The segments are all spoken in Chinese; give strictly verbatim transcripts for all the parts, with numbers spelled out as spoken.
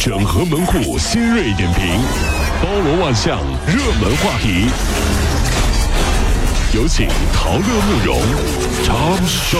整合门户新锐点评，包罗万象，热门话题。有请陶乐慕容 Tom Show。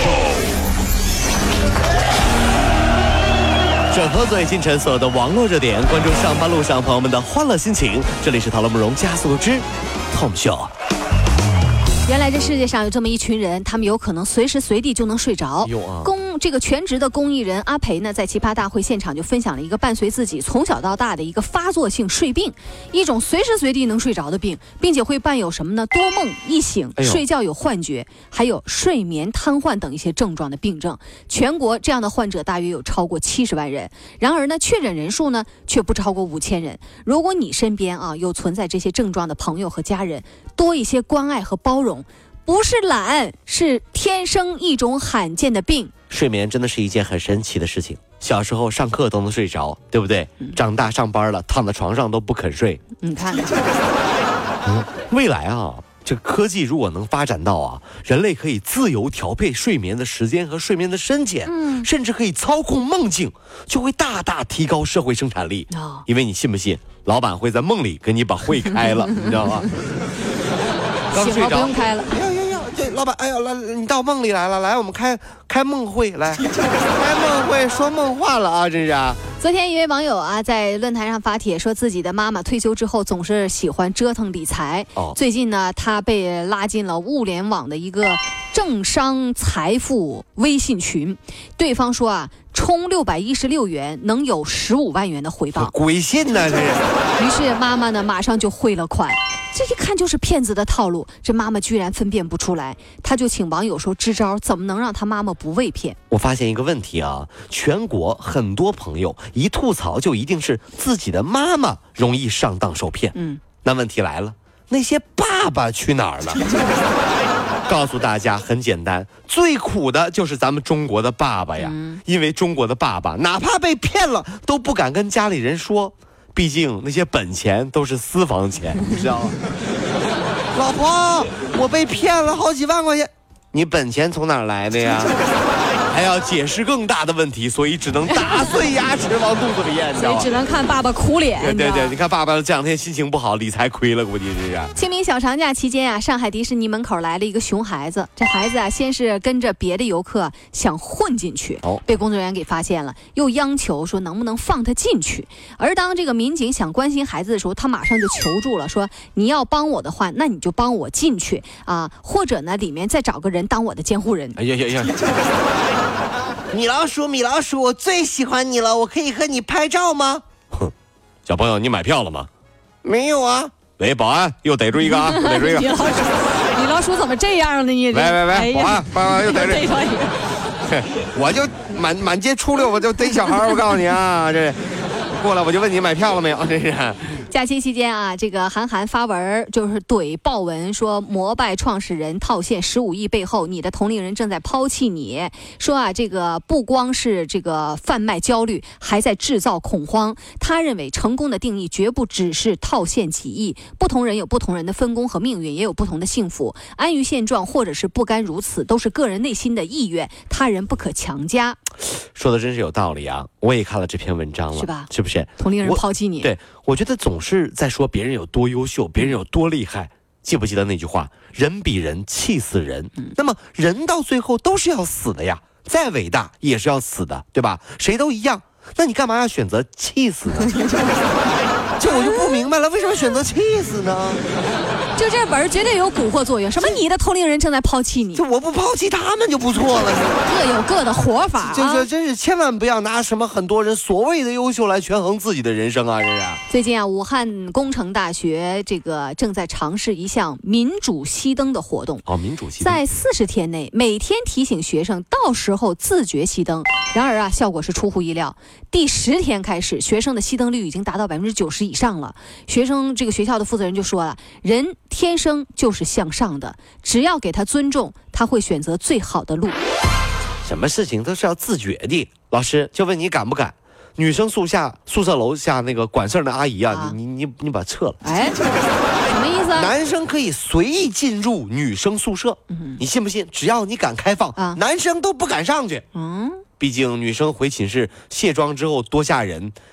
整合最近晨所有的网络热点，关注上班路上朋友们的欢乐心情。这里是陶乐慕容加速之 Tom Show。 原来这世界上有这么一群人，他们有可能随时随地就能睡着。 有啊， 公这个全职的公益人阿培呢，在奇葩大会现场就分享了一个伴随自己从小到大的一个发作性睡病，一种随时随地能睡着的病，并且会伴有什么呢？多梦、易醒、 哎、 睡觉有幻觉，还有睡眠瘫痪等一些症状的病症。全国这样的患者大约有超过七十万人，然而呢，确诊人数呢却不超过五千人。如果你身边啊有存在这些症状的朋友和家人，多一些关爱和包容。不是懒，是天生一种罕见的病。 睡眠真的是一件很神奇的事情。小时候上课都能睡着，对不对？嗯、长大上班了，躺在床上都不肯睡。 你看， 嗯，未来啊，这科技如果能发展到啊，人类可以自由调配睡眠的时间和睡眠的深浅，嗯，甚至可以操控梦境，就会大大提高社会生产力。哦，因为你信不信，老板会在梦里给你把会开了，你知道吗？刚睡着不用开了。 这老板，哎呦，来，你到梦里来了，来，我们开开梦会，来，开梦会说梦话了啊，真是啊。 昨天一位网友啊，在论坛上发帖说，自己的妈妈退休之后总是喜欢折腾理财。哦，最近呢，她被拉进了物联网的一个政商财富微信群，对方说啊，充六百一十六元能有十五万元的回报。 鬼信呢，这是。 于是妈妈呢，马上就汇了款。这一看就是骗子的套路，这妈妈居然分辨不出来，她就请网友说支招，怎么能让她妈妈不被骗？ 我发现一个问题啊，全国很多朋友一吐槽就一定是自己的妈妈容易上当受骗。嗯，那问题来了，那些爸爸去哪儿了？告诉大家很简单，最苦的就是咱们中国的爸爸呀，嗯、因为中国的爸爸哪怕被骗了都不敢跟家里人说。毕竟那些本钱都是私房钱，你知道吗？老婆，我被骗了好几万块钱，你本钱从哪儿来的呀？还要解释更大的问题，所以只能打碎牙齿往肚子里咽， 所以只能看爸爸苦脸。 对对对，你看爸爸这两天心情不好，理财亏了，估计这是。 清明小长假期间啊，上海迪士尼门口来了一个熊孩子。这孩子啊，先是跟着别的游客想混进去，哦、被工作人员给发现了，又央求说能不能放他进去。而当这个民警想关心孩子的时候，他马上就求助了，说你要帮我的话，那你就帮我进去啊，或者呢，里面再找个人当我的监护人。 哎呀呀呀！米老鼠，米老鼠，我最喜欢你了，我可以和你拍照吗？哼，小朋友，你买票了吗？没有啊。喂，保安，又逮住一个啊，又逮住一个。 米老鼠，米老鼠怎么这样呢？你喂喂喂，哎、保安，保安又逮住一个。我就满满街出溜，我就逮小孩，我告诉你啊，这过来我就问你买票了没有，真是。 假期期间啊，这个韩寒发文就是怼爆文，说摩拜创始人套现十五亿背后，你的同龄人正在抛弃你。说啊，这个不光是这个贩卖焦虑，还在制造恐慌。他认为成功的定义绝不只是套现几亿，不同人有不同人的分工和命运，也有不同的幸福。安于现状或者是不甘如此，都是个人内心的意愿，他人不可强加。 说的真是有道理啊！我也看了这篇文章了， 是吧？ 是不是？ 同龄人抛弃你， 对，我觉得总是在说别人有多优秀，别人有多厉害。记不记得那句话？人比人气死人。嗯、那么人到最后都是要死的呀，再伟大也是要死的，对吧？谁都一样。那你干嘛要选择气死呢？这我就不明白了，为什么选择气死呢？ 就这本绝对有蛊惑作用。什么你的同龄人正在抛弃你， 就我不抛弃他们就不错了。 各有各的活法、啊， 就是真是千万不要拿什么很多人所谓的优秀来权衡自己的人生啊！这是。 最近啊，武汉工程大学这个正在尝试一项民主熄灯的活动。 哦，民主熄灯， 在四十天内每天提醒学生到时候自觉熄灯。然而啊，效果是出乎意料。第十天开始，学生的熄灯率已经达到百分之九十以上了。学生这个学校的负责人就说了，人天生就是向上的，只要给他尊重，他会选择最好的路。 什么事情都是要自觉的。老师就问你敢不敢？女生宿下宿舍楼下那个管事儿的阿姨啊，啊你你你你把撤了。 哎，什么意思？ 男生可以随意进入女生宿舍，嗯、你信不信？只要你敢开放，啊、男生都不敢上去。嗯。毕竟女生回寝室卸妆之后多吓人，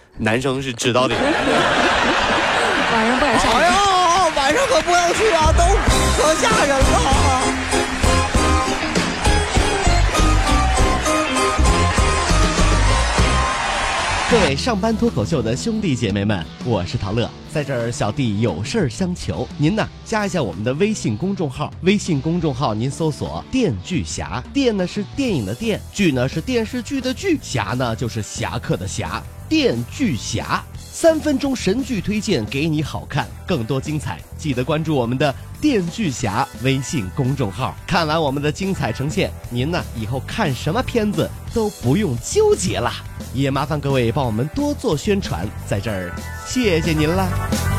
男生是知道的。 晚上不敢上。 哎呀，晚上可不要去啊，都可吓人了。 各位上班脱口秀的兄弟姐妹们，我是陶乐，在这儿小弟有事儿相求，您呢加一下我们的微信公众号，微信公众号您搜索电锯侠，电呢是电影的电，剧呢是电视剧的剧，侠呢就是侠客的侠，电锯侠，三分钟神剧推荐给你好看，更多精彩记得关注我们的电锯侠微信公众号。看完我们的精彩呈现，您呢以后看什么片子都不用纠结了，也麻烦各位帮我们多做宣传，在这儿谢谢您啦。